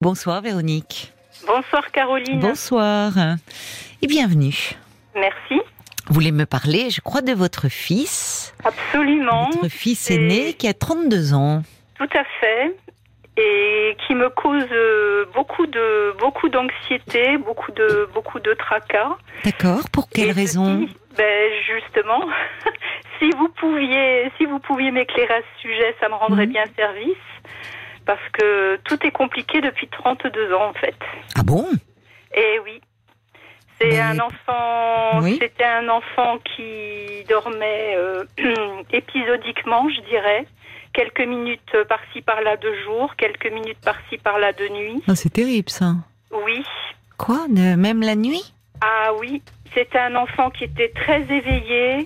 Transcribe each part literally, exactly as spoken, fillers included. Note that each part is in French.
Bonsoir Véronique. Bonsoir Caroline. Bonsoir et bienvenue. Merci. Vous voulez me parler, je crois, de votre fils. Absolument. Votre fils C'est... aîné qui a trente-deux ans. Tout à fait. Et qui me cause beaucoup de beaucoup d'anxiété, beaucoup de beaucoup de tracas. D'accord. Pour quelle Et raison? ceci, ben justement, si vous pouviez si vous pouviez m'éclairer à ce sujet, ça me rendrait mmh. bien service. Parce que tout est compliqué depuis trente-deux ans en fait. Ah bon? Eh oui. C'est Mais... un enfant. Oui. C'était un enfant qui dormait euh, épisodiquement, je dirais. Quelques minutes par-ci par-là de jour, quelques minutes par-ci par-là de nuit. Oh, c'est terrible ça. Oui. Quoi? De... Même la nuit? Ah oui. C'était un enfant qui était très éveillé.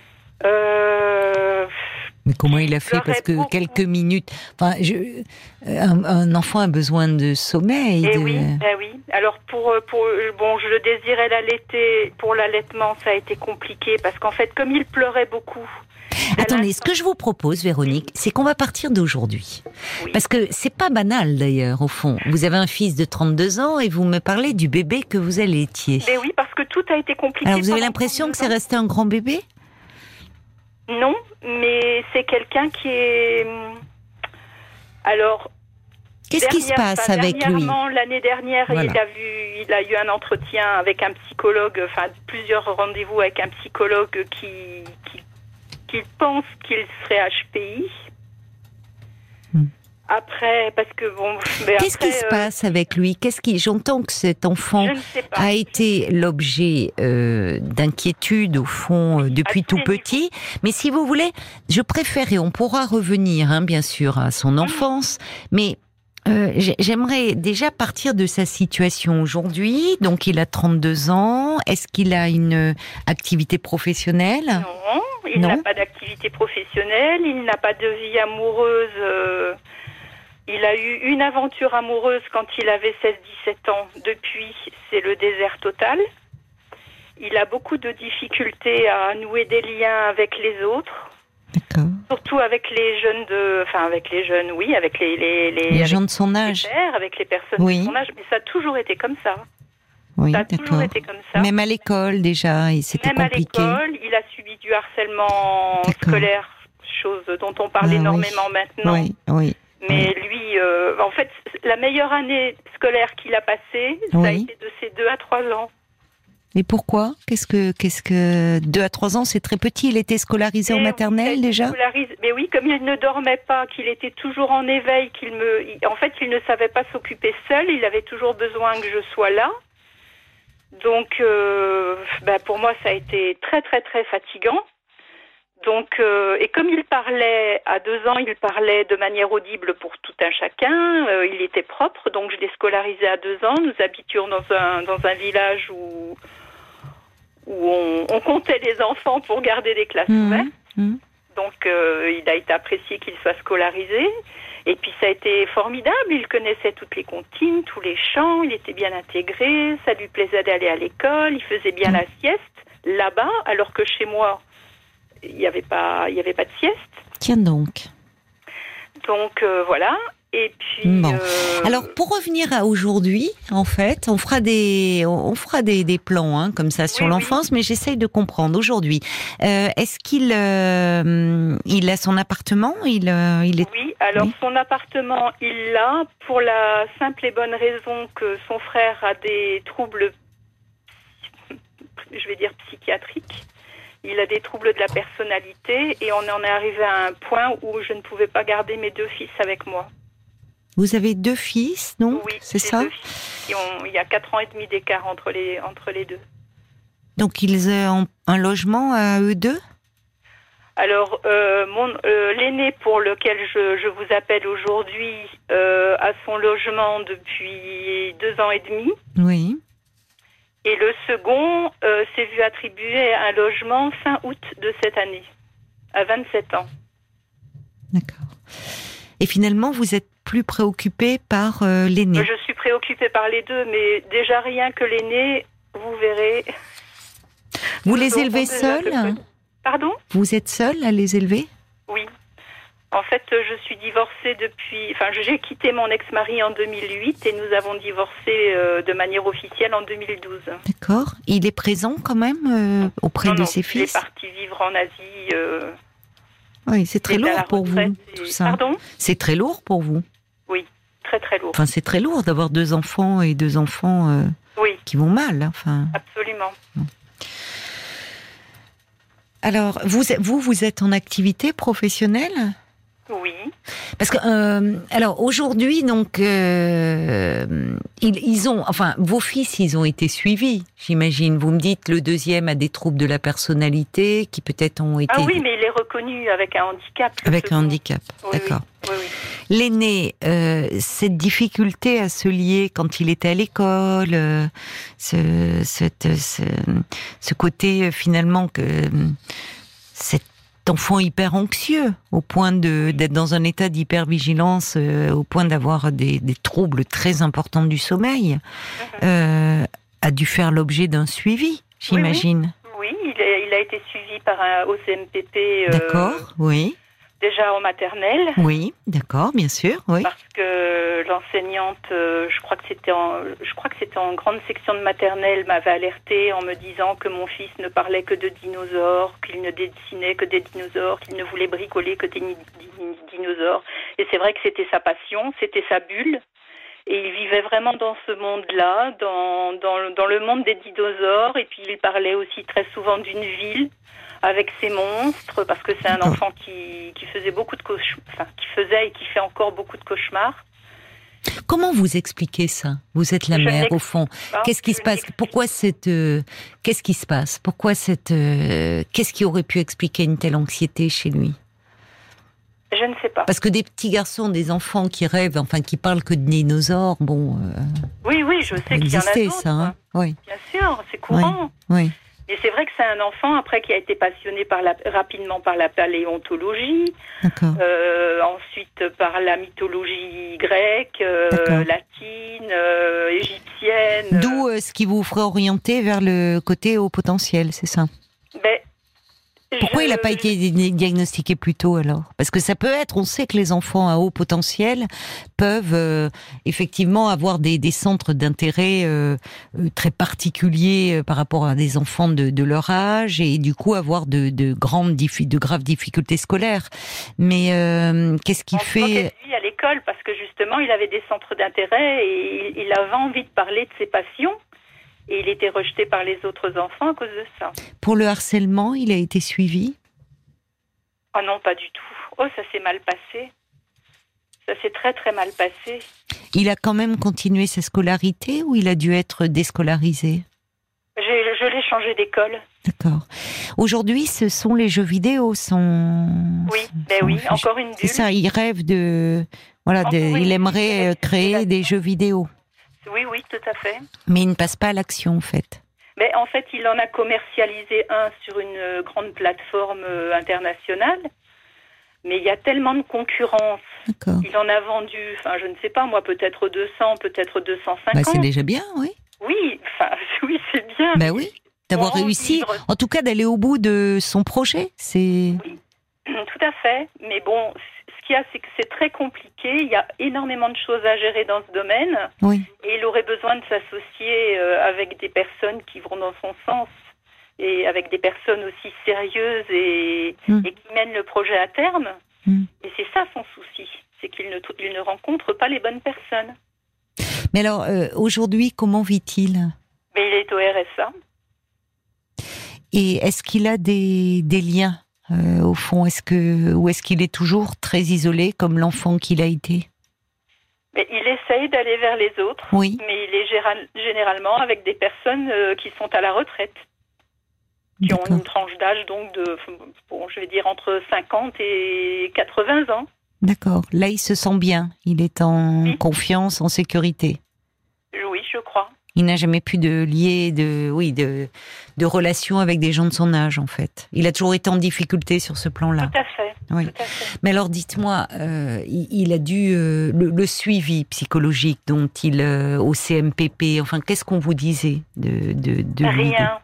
Euh... Mais comment il a fait? Parce que beaucoup. quelques minutes. Enfin, je, un, un enfant a besoin de sommeil. Eh de... oui, eh oui. Alors pour pour bon, je le désirais l'allaiter. Pour l'allaitement, ça a été compliqué parce qu'en fait, comme il pleurait beaucoup. Attendez, ce que je vous propose, Véronique, c'est qu'on va partir d'aujourd'hui. Oui. Parce que c'est pas banal d'ailleurs, au fond. Vous avez un fils de trente-deux ans et vous me parlez du bébé que vous allaitiez. Mais oui, parce que tout a été compliqué. Alors vous avez l'impression que c'est resté un grand bébé? Non, mais c'est quelqu'un qui est... Alors... Qu'est-ce qui se passe avec lui? L'année dernière, voilà. il, a vu, il a eu un entretien avec un psychologue, enfin plusieurs rendez-vous avec un psychologue qui, qui, qui pense qu'il serait H P I. Hmm. Après, parce que bon... Qu'est-ce après, qui se euh, passe avec lui? Qu'est-ce qui... J'entends que cet enfant a été l'objet euh, d'inquiétude, au fond, euh, depuis tout petit. Mais si vous voulez, je préfère, et on pourra revenir, hein, bien sûr, à son enfance, mais euh, j'aimerais déjà partir de sa situation aujourd'hui. Donc, il a trente-deux ans. Est-ce qu'il a une activité professionnelle? Non, il non. n'a pas d'activité professionnelle. Il n'a pas de vie amoureuse... Euh... Il a eu une aventure amoureuse quand il avait seize dix-sept ans. Depuis, c'est le désert total. Il a beaucoup de difficultés à nouer des liens avec les autres. D'accord. Surtout avec les jeunes de... Enfin, avec les jeunes, oui, avec les... Les, les, les gens de son âge. Les pères, avec les personnes oui. de son âge. Mais ça a toujours été comme ça. Oui, ça a d'accord. toujours été comme ça. Même à l'école, déjà, c'était Même compliqué. Même à l'école, il a subi du harcèlement d'accord. scolaire, chose dont on parle ah, énormément oui. maintenant. Oui, oui. Mais lui, euh, en fait, la meilleure année scolaire qu'il a passée, oui. ça a été de ses deux à trois ans. Et pourquoi? Qu'est-ce que, qu'est-ce que deux à trois ans, c'est très petit. Il était scolarisé mais en maternelle déjà. Mais oui, comme il ne dormait pas, qu'il était toujours en éveil, qu'il me, il, en fait, il ne savait pas s'occuper seul. Il avait toujours besoin que je sois là. Donc, euh, ben pour moi, ça a été très, très, très fatigant. Donc, euh, et comme il parlait à deux ans, il parlait de manière audible pour tout un chacun. Euh, il était propre, donc je l'ai scolarisé à deux ans. Nous habitions dans un dans un village où où on, on comptait les enfants pour garder des classes mmh, ouvertes. Mmh. Donc, euh, il a été apprécié qu'il soit scolarisé. Et puis, ça a été formidable. Il connaissait toutes les comptines, tous les chants. Il était bien intégré. Ça lui plaisait d'aller à l'école. Il faisait bien mmh. la sieste là-bas, alors que chez moi. Il n'y avait pas, il y avait pas de sieste. Tiens donc. Donc euh, voilà. Et puis. Bon. Euh... Alors pour revenir à aujourd'hui, en fait, on fera des, on fera des, des plans hein, comme ça sur oui, l'enfance, oui. mais j'essaye de comprendre aujourd'hui. Euh, est-ce qu'il, euh, il a son appartement? Il, euh, il est. Oui. Alors oui. son appartement, il l'a pour la simple et bonne raison que son frère a des troubles, je vais dire psychiatriques. Il a des troubles de la personnalité et on en est arrivé à un point où je ne pouvais pas garder mes deux fils avec moi. Vous avez deux fils, non? Oui, c'est ça. Deux fils. Ont, il y a quatre ans et demi d'écart entre les, entre les deux. Donc ils ont un logement à eux deux? Alors, euh, mon, euh, l'aîné pour lequel je, je vous appelle aujourd'hui euh, a son logement depuis deux ans et demi. Oui. Et le second euh, s'est vu attribuer un logement fin août de cette année, à vingt-sept ans. D'accord. Et finalement, vous êtes plus préoccupée par euh, l'aîné? Je suis préoccupée par les deux, mais déjà rien que l'aîné, vous verrez. Vous les élevez seuls? Pardon? Vous êtes seule à les élever? Oui. En fait, je suis divorcée depuis... Enfin, j'ai quitté mon ex-mari en deux mille huit et nous avons divorcé euh, de manière officielle en deux mille douze. D'accord. Il est présent quand même euh, auprès non, de non, ses fils. Il est parti vivre en Asie. Euh, oui, c'est très lourd pour vous, et... tout ça. Pardon ? C'est très lourd pour vous. Oui, très très lourd. Enfin, c'est très lourd d'avoir deux enfants et deux enfants euh, oui. qui vont mal. Enfin. Absolument. Alors, vous, vous, vous êtes en activité professionnelle ? Oui. Parce que, euh, alors aujourd'hui, donc, euh, ils, ils ont, enfin, vos fils, ils ont été suivis, j'imagine. Vous me dites, le deuxième a des troubles de la personnalité qui peut-être ont été. Ah oui, mais il est reconnu avec un handicap. Avec un handicap, oui, d'accord. Oui, oui, oui. L'aîné, euh, cette difficulté à se lier quand il était à l'école, euh, ce, cette, ce, ce côté finalement que cet enfant hyper anxieux, au point de d'être dans un état d'hypervigilance, euh, au point d'avoir des, des troubles très importants du sommeil, euh, a dû faire l'objet d'un suivi, j'imagine. Oui, oui. oui il, a, il a été suivi par un O C M P P. Euh, d'accord, oui. Déjà en maternelle. Oui, d'accord, bien sûr, oui. Parce que l'enseignante, euh, je crois que c'était en, je crois que c'était en grande section de maternelle, m'avait alertée en me disant que mon fils ne parlait que de dinosaures, qu'il ne dessinait que des dinosaures, qu'il ne voulait bricoler que des dinosaures. Et c'est vrai que c'était sa passion, c'était sa bulle. Et il vivait vraiment dans ce monde-là, dans, dans, dans le monde des dinosaures. Et puis il parlait aussi très souvent d'une ville avec ses monstres, parce que c'est un D'accord. enfant qui, qui faisait beaucoup de cauchemars, enfin, qui faisait et qui fait encore beaucoup de cauchemars. Comment vous expliquez ça ? Vous êtes la Je mère, au fond. pas, Qu'est-ce qui se passe ? Pourquoi cette... Euh, qu'est-ce qui se passe ? Pourquoi cette... Euh, qu'est-ce qui aurait pu expliquer une telle anxiété chez lui ? Je ne sais pas. Parce que des petits garçons, des enfants qui rêvent, enfin qui parlent que de dinosaures, bon... Euh, oui, oui, je sais qu'il y en a d'autres. Ça, hein oui. Bien sûr, c'est courant. Oui, oui. Et c'est vrai que c'est un enfant, après, qui a été passionné par la, rapidement par la paléontologie, euh, ensuite par la mythologie grecque, euh, latine, euh, égyptienne. D'où euh, ce qui vous ferait orienter vers le côté haut potentiel, c'est ça ? Ben, Pourquoi je... il n'a pas été diagnostiqué plus tôt alors ? Parce que ça peut être, on sait que les enfants à haut potentiel peuvent euh, effectivement avoir des, des centres d'intérêt euh, très particuliers euh, par rapport à des enfants de, de leur âge et du coup avoir de, de grandes, de graves difficultés scolaires. Mais euh, qu'est-ce qui on fait se à l'école parce que justement il avait des centres d'intérêt et il, il avait envie de parler de ses passions. Et il était rejeté par les autres enfants à cause de ça. Pour le harcèlement, il a été suivi ? Oh non, pas du tout. Oh, ça s'est mal passé. Ça s'est très très mal passé. Il a quand même continué sa scolarité ou il a dû être déscolarisé ? J'ai, je l'ai changé d'école. D'accord. Aujourd'hui, ce sont les jeux vidéo. Son... Oui, ben oui, encore une bulle. C'est ça, il rêve de... Voilà, de... il aimerait créer des jeux vidéo. Oui, oui, tout à fait. Mais il ne passe pas à l'action, en fait. Mais en fait, il en a commercialisé un sur une grande plateforme internationale. Mais il y a tellement de concurrence. D'accord. Il en a vendu, enfin, je ne sais pas, moi, peut-être deux cents, peut-être deux cent cinquante. Bah, c'est déjà bien, oui. Oui, enfin, oui, c'est bien. Bah oui, d'avoir réussi, vivre. En tout cas d'aller au bout de son projet. C'est... Oui, tout à fait. Mais bon... Ce qu'il y a, c'est que c'est très compliqué. Il y a énormément de choses à gérer dans ce domaine. Oui. Et il aurait besoin de s'associer avec des personnes qui vont dans son sens et avec des personnes aussi sérieuses et, mm. et qui mènent le projet à terme. Mm. Et c'est ça son souci, c'est qu'il ne, il ne rencontre pas les bonnes personnes. Mais alors, euh, aujourd'hui, comment vit-il ? Mais il est au R S A. Et est-ce qu'il a des, des liens ? Euh, au fond, est-ce que ou est-ce qu'il est toujours très isolé comme l'enfant qu'il a été ? Mais il essaye d'aller vers les autres, oui. mais il est géral, généralement avec des personnes euh, qui sont à la retraite, qui D'accord. ont une tranche d'âge donc de, bon, je vais dire entre cinquante et quatre-vingts ans. D'accord. Là, il se sent bien. Il est en oui. confiance, en sécurité. Oui, je crois. Il n'a jamais pu de lier, de, oui, de, de relation avec des gens de son âge, en fait. Il a toujours été en difficulté sur ce plan-là. Tout à fait. Oui. Tout à fait. Mais alors, dites-moi, euh, il, il a dû euh, le, le suivi psychologique dont il euh, au C M P P. Enfin, qu'est-ce qu'on vous disait de de, de Rien.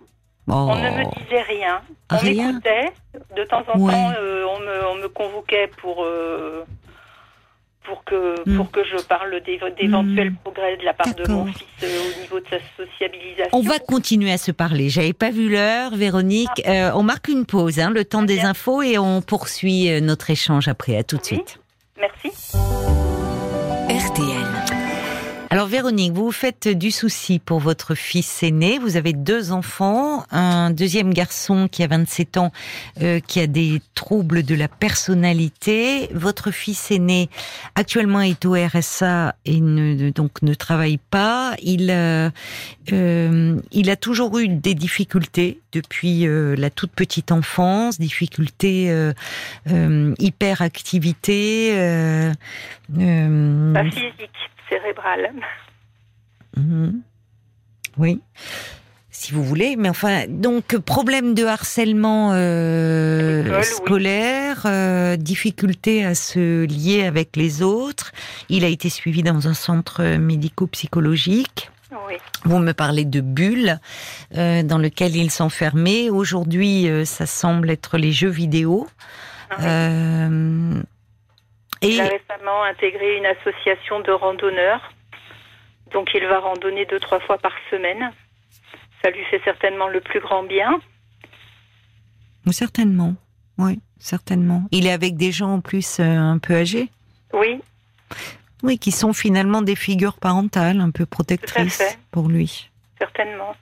Oh. On ne me disait rien. On Rien. m'écoutait. De temps en Ouais. temps, euh, on, me, on me convoquait pour, euh, pour, que, Mm. pour que je parle d'éve- d'éventuels Mm. progrès de la part de mon D'accord. fils euh, au niveau de sa sociabilisation. On va continuer à se parler. J'avais pas vu l'heure, Véronique. Euh, on marque une pause, hein, le temps Très des bien. infos, et on poursuit euh, notre échange après. À tout de Oui. suite. Merci. R T L. Alors Véronique, vous vous faites du souci pour votre fils aîné. Vous avez deux enfants, un deuxième garçon qui a vingt-sept ans, euh, qui a des troubles de la personnalité. Votre fils aîné actuellement est au R S A et ne, donc ne travaille pas. Il, euh, euh, il a toujours eu des difficultés depuis euh, la toute petite enfance, difficultés euh, euh, hyperactivité. Euh, euh, Pas physique, cérébrale. Mhm. Oui, si vous voulez, mais enfin, donc problème de harcèlement euh, L'école, oui. scolaire, euh, difficulté à se lier avec les autres. Il a été suivi dans un centre médico-psychologique. Oui. Vous me parlez de bulles euh, dans lequel il s'enfermait. Aujourd'hui, euh, ça semble être les jeux vidéo. Oui. Euh, et Il a récemment intégré une association de randonneurs. Donc il va randonner deux, trois fois par semaine. Ça lui fait certainement le plus grand bien. certainement, oui, certainement. Il est avec des gens en plus euh, un peu âgés. Oui, Oui, qui sont finalement des figures parentales, un peu Tout à protectrices fait. pour lui. certainement.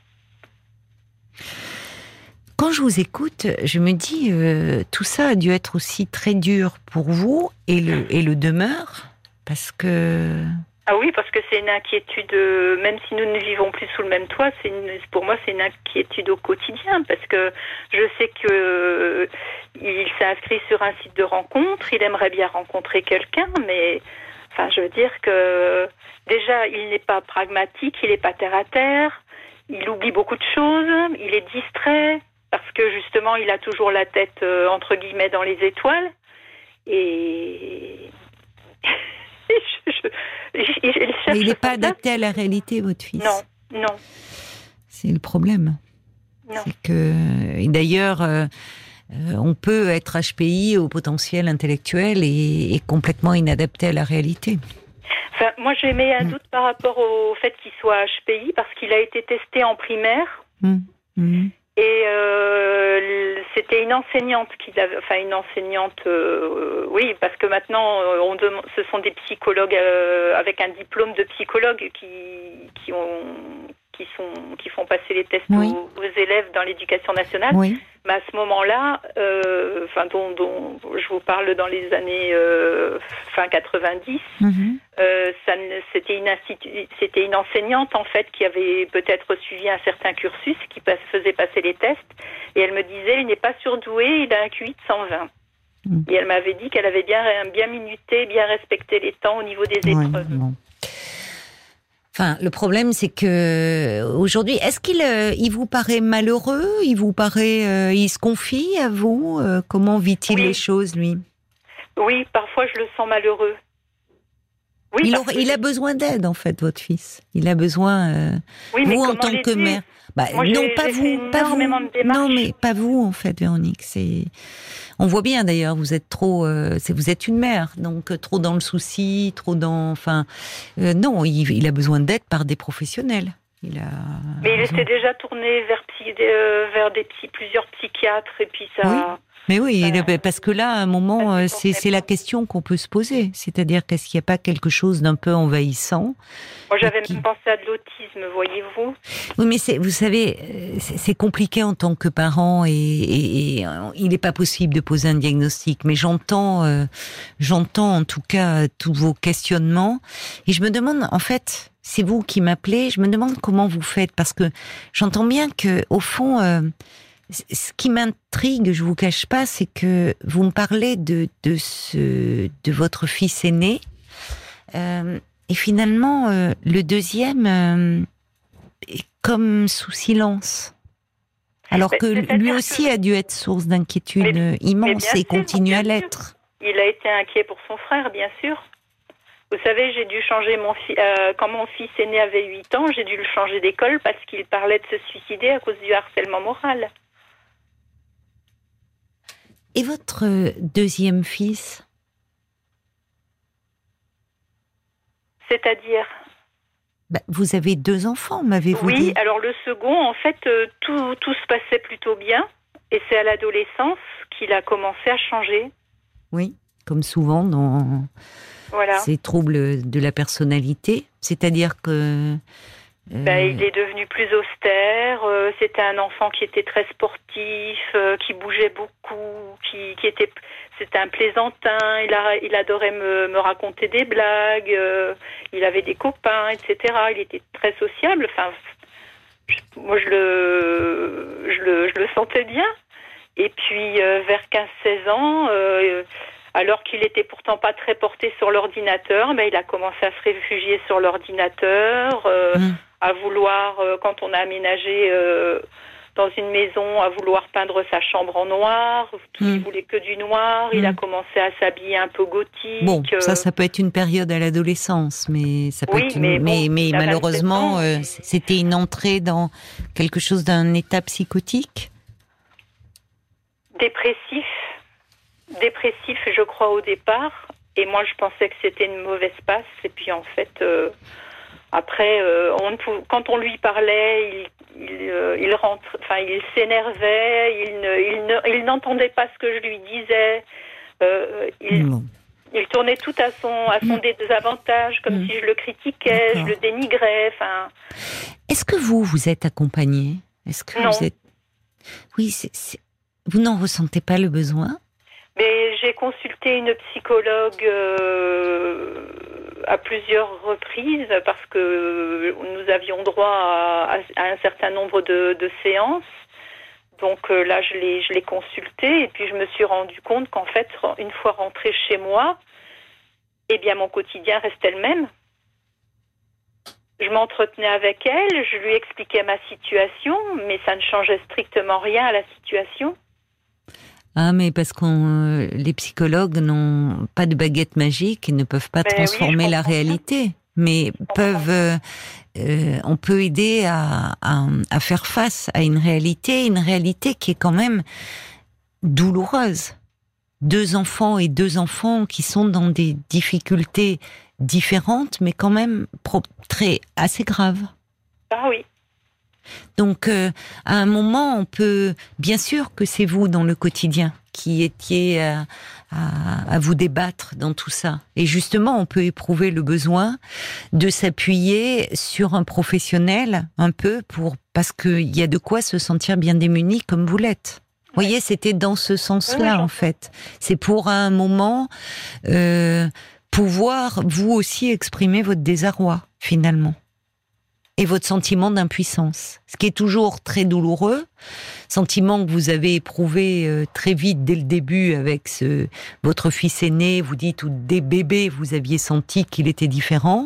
Quand je vous écoute, je me dis, euh, tout ça a dû être aussi très dur pour vous, et le, et le demeure, parce que... Ah oui, parce que c'est une inquiétude, euh, même si nous ne vivons plus sous le même toit, c'est une, pour moi c'est une inquiétude au quotidien, parce que je sais que euh, il s'est inscrit sur un site de rencontre, il aimerait bien rencontrer quelqu'un, mais enfin je veux dire que déjà il n'est pas pragmatique, il n'est pas terre à terre, il oublie beaucoup de choses, il est distrait, parce que justement il a toujours la tête euh, entre guillemets dans les étoiles, et... je, je, je, je, je cherche il n'est pas son adapté à la réalité, votre fils. Non, non, C'est le problème. non. C'est que, et d'ailleurs, euh, euh, on peut être H P I au potentiel intellectuel et, et complètement inadapté à la réalité. Enfin, moi, j'ai mis un Mm. doute par rapport au fait qu'il soit H P I parce qu'il a été testé en primaire Mmh. Mmh. et euh, c'était une enseignante qui l'avait, enfin une enseignante, euh, oui, parce que maintenant, euh, on demande, ce sont des psychologues euh, avec un diplôme de psychologue qui qui ont qui sont qui font passer les tests Oui. aux, aux élèves dans l'éducation nationale. Oui. Mais à ce moment-là, euh, enfin dont, dont je vous parle dans les années euh, fin quatre-vingt-dix, Mmh. euh, ça ne- c'était une institu- c'était une enseignante en fait qui avait peut-être suivi un certain cursus, qui passe- faisait passer les tests, et elle me disait il n'est pas surdoué, il a un Q I de cent vingt. Mm. Et elle m'avait dit qu'elle avait bien bien minuté, bien respecté les temps au niveau des Ouais, épreuves. bon. Enfin, le problème, c'est que aujourd'hui, est-ce qu'il euh, il vous paraît malheureux? Il vous paraît, euh, il se confie à vous? Euh, comment vit-il Oui. les choses, lui? Oui, parfois je le sens malheureux. Oui, il, parce aurait- que- il a besoin d'aide, en fait, votre fils. Il a besoin. Euh, oui, mais vous, en comment tant que l'aider mère, bah, Moi, non, j'ai- pas j'ai vous, fait pas vous. énormément de démarches. Non, mais pas vous, en fait, Véronique. C'est, on voit bien d'ailleurs. Vous êtes trop, euh, c'est, vous êtes une mère, donc euh, trop dans le souci, trop dans, enfin, euh, non, il, il a besoin d'aide par des professionnels. Il a. Mais il besoin- s'est déjà tourné vers, psy- euh, vers des psy- plusieurs psychiatres et puis ça. Oui. Mais oui, il- Euh, parce que là, à un moment, ça euh, ne c'est, dépend c'est la pas. question qu'on peut se poser. C'est-à-dire, qu'est-ce qu'il n'y a pas quelque chose d'un peu envahissant? Moi, j'avais qui- même pensé à de l'autisme, voyez-vous. Oui, mais c'est, vous savez, euh, c'est, c'est compliqué en tant que parent et, et- et, euh, il n'est pas possible de poser un diagnostic. Mais j'entends, euh, j'entends en tout cas tous vos questionnements et je me demande, en fait, c'est vous qui m'appelez, je me demande comment vous faites parce que j'entends bien que au fond, euh, c- ce qui m'intrigue, je vous cache pas, c'est que vous me parlez de de ce de votre fils aîné euh, et finalement euh, le deuxième. Euh, est comme sous silence. Alors Mais que c'est-à-dire lui que- aussi a dû être source d'inquiétude Mais- euh, immense mais bien et sûr, continue à bien sûr. l'être. Il a été inquiet pour son frère, bien sûr. Vous savez, j'ai dû changer mon fils, euh, quand mon fils aîné avait huit ans, j'ai dû le changer d'école parce qu'il parlait de se suicider à cause du harcèlement moral. Et votre deuxième fils? C'est-à-dire? Bah, vous avez deux enfants, m'avez-vous oui, dit? Oui, alors le second, en fait, euh, tout, tout se passait plutôt bien. Et c'est à l'adolescence qu'il a commencé à changer. Oui, comme souvent dans voilà. ces troubles de la personnalité. C'est-à-dire que... Euh... Ben, il est devenu plus austère. Euh, c'était un enfant qui était très sportif, euh, qui bougeait beaucoup, qui, qui était... C'était un plaisantin. Il, a, il adorait me, me raconter des blagues. Euh, il avait des copains, et cetera. Il était très sociable. Enfin, je, moi, je le, je le, je le sentais bien. Et puis, euh, vers quinze seize ans, euh, alors qu'il était pourtant pas très porté sur l'ordinateur, ben, il a commencé à se réfugier sur l'ordinateur, euh, mmh. à vouloir, euh, quand on a aménagé euh, dans une maison, à vouloir peindre sa chambre en noir. Mmh. Il voulait que du noir. Mmh. Il a commencé à s'habiller un peu gothique. Bon, ça, ça peut être une période à l'adolescence, mais ça peut oui, être une... mais, bon, mais, mais malheureusement, ans, euh, c'était une entrée dans quelque chose d'un état psychotique. Dépressif, dépressif, je crois au départ. Et moi, je pensais que c'était une mauvaise passe. Et puis, en fait, euh, après, euh, on, quand on lui parlait, il, il, euh, il rentre, enfin, il s'énervait. Il, ne, il, ne, il n'entendait pas ce que je lui disais. Euh, il, mmh. il tournait tout à son, à son mmh. désavantage, comme mmh. si je le critiquais, D'accord. je le dénigrais. Enfin. Est-ce que vous, vous êtes accompagnée? Est-ce que non. vous êtes... Oui, c'est... c'est... Vous n'en ressentez pas le besoin? Mais j'ai consulté une psychologue euh, à plusieurs reprises parce que nous avions droit à, à un certain nombre de, de séances. Donc euh, là, je l'ai, je l'ai consultée et puis je me suis rendu compte qu'en fait, une fois rentrée chez moi, eh bien mon quotidien restait le même. Je m'entretenais avec elle, je lui expliquais ma situation, mais ça ne changeait strictement rien à la situation. Ah, mais parce que euh, les psychologues n'ont pas de baguette magique et ne peuvent pas mais transformer oui, la réalité, ça. mais peuvent. Euh, euh, on peut aider à, à, à faire face à une réalité, une réalité qui est quand même douloureuse. Deux enfants et deux enfants qui sont dans des difficultés différentes, mais quand même pro- très assez graves. Ah oui. Donc, euh, à un moment, on peut... Bien sûr que c'est vous, dans le quotidien, qui étiez à, à, à vous débattre dans tout ça. Et justement, on peut éprouver le besoin de s'appuyer sur un professionnel, un peu, pour parce qu'il y a de quoi se sentir bien démuni comme vous l'êtes. Vous ouais. voyez, c'était dans ce sens-là, ouais, en fait. C'est pour, à un moment, euh, pouvoir, vous aussi, exprimer votre désarroi, finalement. Et votre sentiment d'impuissance, ce qui est toujours très douloureux, sentiment que vous avez éprouvé euh, très vite dès le début avec ce, votre fils aîné. Vous dites, ou dès bébé, vous aviez senti qu'il était différent.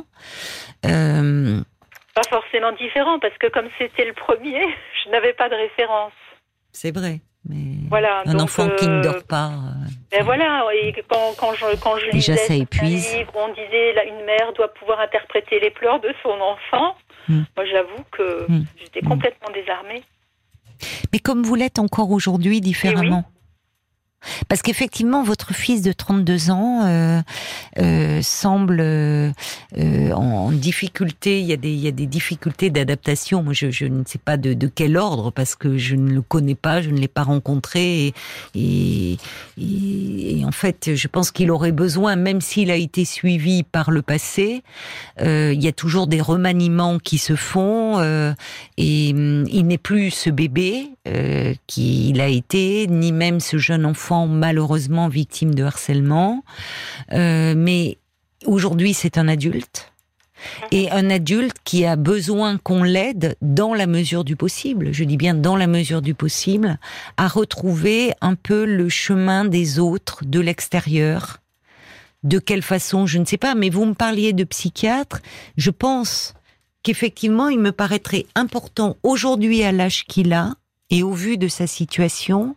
Euh... Pas forcément différent, parce que comme c'était le premier, je n'avais pas de référence. C'est vrai, mais voilà, un donc, enfant euh... qui ne dort pas... Euh... Ben voilà, et quand, quand je, quand je Déjà, lisais ça épuise. un livre, on disait là, une mère doit pouvoir interpréter les pleurs de son enfant. Mmh. Moi, j'avoue que mmh. j'étais complètement désarmée. Mais comme vous l'êtes encore aujourd'hui, différemment. Parce qu'effectivement, votre fils de trente-deux ans euh, euh, semble euh, en, en difficulté. Il y a des, il y a des difficultés d'adaptation. Moi, je, je ne sais pas de, de quel ordre, parce que je ne le connais pas, je ne l'ai pas rencontré. Et, et, et, et en fait, je pense qu'il aurait besoin, même s'il a été suivi par le passé, euh, il y a toujours des remaniements qui se font. Euh, et il n'est plus ce bébé euh, qu'il a été, ni même ce jeune enfant malheureusement victime de harcèlement, euh, mais aujourd'hui c'est un adulte, et un adulte qui a besoin qu'on l'aide dans la mesure du possible, je dis bien dans la mesure du possible, à retrouver un peu le chemin des autres, de l'extérieur. De quelle façon, je ne sais pas, mais vous me parliez de psychiatre, je pense qu'effectivement il me paraîtrait important aujourd'hui à l'âge qu'il a, et au vu de sa situation,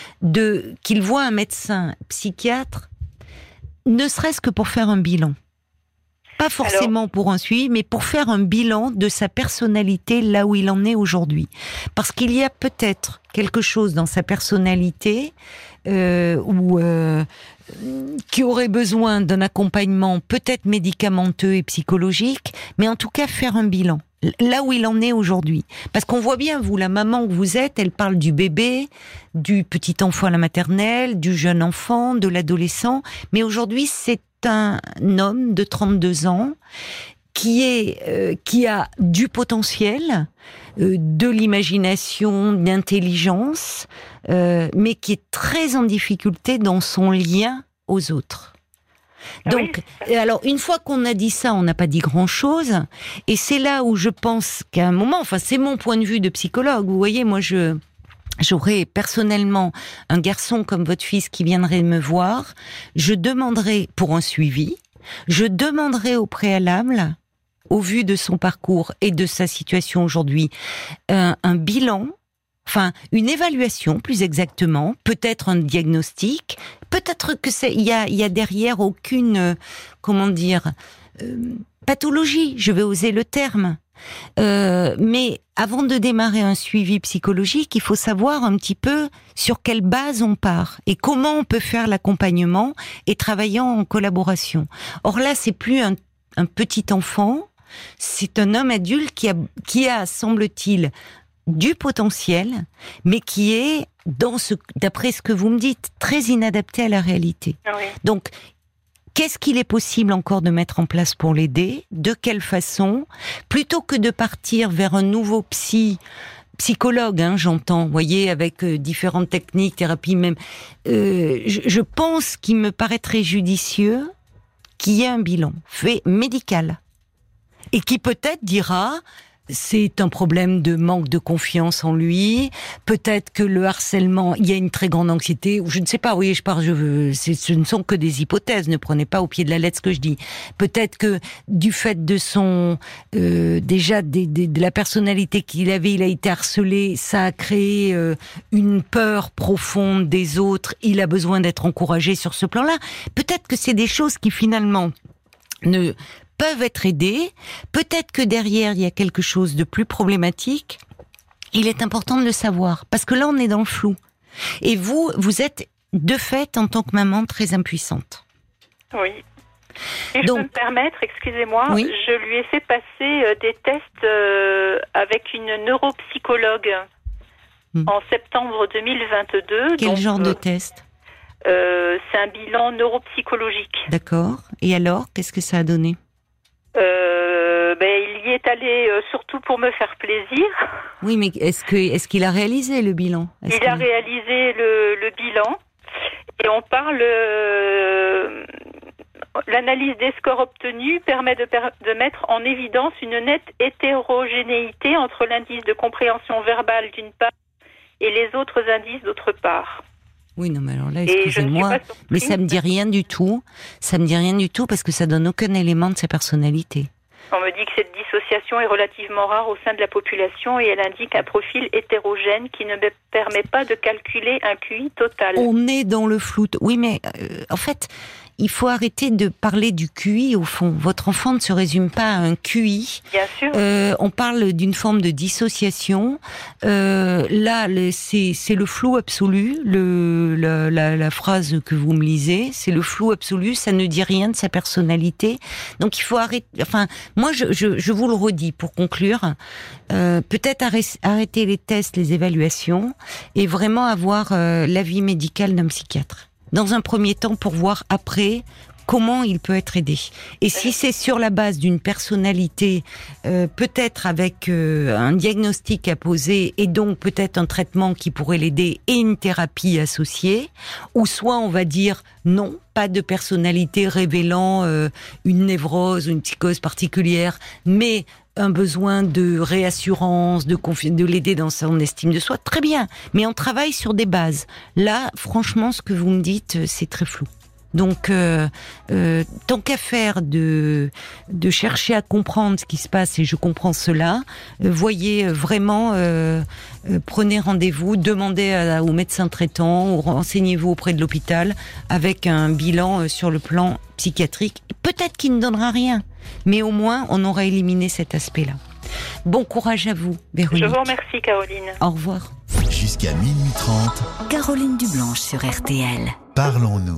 de qu'il voit un médecin psychiatre, ne serait-ce que pour faire un bilan. Pas forcément Alors... pour un suivi, mais pour faire un bilan de sa personnalité là où il en est aujourd'hui. Parce qu'il y a peut-être quelque chose dans sa personnalité euh, où, euh, qui aurait besoin d'un accompagnement peut-être médicamenteux et psychologique, mais en tout cas faire un bilan. Là où il en est aujourd'hui. Parce qu'on voit bien, vous, la maman que vous êtes, elle parle du bébé, du petit enfant à la maternelle, du jeune enfant, de l'adolescent. Mais aujourd'hui, c'est un homme de trente-deux ans qui est, euh, qui a du potentiel, euh, de l'imagination, de l'intelligence, euh, mais qui est très en difficulté dans son lien aux autres. Donc, oui. Alors, une fois qu'on a dit ça, on n'a pas dit grand-chose, et c'est là où je pense qu'à un moment, enfin, c'est mon point de vue de psychologue, vous voyez, moi, je, j'aurais personnellement un garçon comme votre fils qui viendrait me voir, je demanderais pour un suivi, je demanderais au préalable, au vu de son parcours et de sa situation aujourd'hui, un, un bilan, enfin, une évaluation, plus exactement, peut-être un diagnostic, peut-être que c'est, il y a, il y a derrière aucune, euh, comment dire, euh, pathologie, je vais oser le terme. Euh, mais avant de démarrer un suivi psychologique, il faut savoir un petit peu sur quelle base on part et comment on peut faire l'accompagnement et travaillant en collaboration. Or là, c'est plus un, un petit enfant, c'est un homme adulte qui a, qui a, semble-t-il, du potentiel, mais qui est, dans ce, d'après ce que vous me dites, très inadapté à la réalité. Oui. Donc, qu'est-ce qu'il est possible encore de mettre en place pour l'aider ? De quelle façon ? Plutôt que de partir vers un nouveau psy, psychologue, hein, j'entends, vous voyez, avec euh, différentes techniques, thérapies même, euh, je, je pense qu'il me paraîtrait judicieux qu'il y ait un bilan fait médical et qui peut-être dira... c'est un problème de manque de confiance en lui. Peut-être que le harcèlement, il y a une très grande anxiété, ou je ne sais pas. Oui, je parle, je veux, c'est, ce ne sont que des hypothèses. Ne prenez pas au pied de la lettre ce que je dis. Peut-être que du fait de son, euh, déjà des, des, de la personnalité qu'il avait, il a été harcelé. Ça a créé euh, une peur profonde des autres. Il a besoin d'être encouragé sur ce plan-là. Peut-être que c'est des choses qui finalement ne peuvent être aidés. Peut-être que derrière, il y a quelque chose de plus problématique. Il est important de le savoir. Parce que là, on est dans le flou. Et vous, vous êtes, de fait, en tant que maman, très impuissante. Oui. Et Donc, je peux me permettre, excusez-moi, oui. je lui ai fait passer euh, des tests euh, avec une neuropsychologue hmm. en septembre deux mille vingt-deux. Quel donc, genre euh, de test ? euh, C'est un bilan neuropsychologique. D'accord. Et alors, qu'est-ce que ça a donné ? Euh, ben, il y est allé euh, surtout pour me faire plaisir. Oui, mais est-ce que est-ce qu'il a réalisé le bilan ? Est-ce Il qu'il... a réalisé le, le bilan et on parle. Euh, l'analyse des scores obtenus permet de, de mettre en évidence une nette hétérogénéité entre l'indice de compréhension verbale d'une part et les autres indices d'autre part. Oui, non, mais alors là, excusez-moi, mais ça me dit rien du tout. Ça me dit rien du tout parce que ça donne aucun élément de sa personnalité. On me dit que cette dissociation est relativement rare au sein de la population et elle indique un profil hétérogène qui ne permet pas de calculer un Q I total. On est dans le flou. Oui, mais euh, en fait, il faut arrêter de parler du Q I au fond. Votre enfant ne se résume pas à un Q I. Bien sûr. Euh, on parle d'une forme de dissociation. Euh, là, le, c'est, c'est le flou absolu. Le, la, la, la phrase que vous me lisez, c'est le flou absolu. Ça ne dit rien de sa personnalité. Donc il faut arrêter. Enfin, moi, je, je, je vous le redis pour conclure. Euh, peut-être arrêter les tests, les évaluations, et vraiment avoir euh, l'avis médical d'un psychiatre. Dans un premier temps, pour voir après comment il peut être aidé. Et si c'est sur la base d'une personnalité, euh, peut-être avec euh, un diagnostic à poser et donc peut-être un traitement qui pourrait l'aider et une thérapie associée, ou soit on va dire non, pas de personnalité révélant euh, une névrose ou une psychose particulière, mais un besoin de réassurance, de, confi- de l'aider dans son estime de soi, très bien. Mais on travaille sur des bases. Là, franchement, ce que vous me dites, c'est très flou. Donc, euh, euh, tant qu'à faire de, de chercher à comprendre ce qui se passe, et je comprends cela, euh, voyez vraiment, euh, euh, prenez rendez-vous, demandez à, au médecin traitant, ou renseignez-vous auprès de l'hôpital avec un bilan euh, sur le plan psychiatrique. Peut-être qu'il ne donnera rien. mais au moins on aura éliminé cet aspect-là. Bon courage à vous, Véronique. Je vous remercie, Caroline. Au revoir. Jusqu'à minuit trente. Caroline Dublanche sur R T L. Parlons-nous.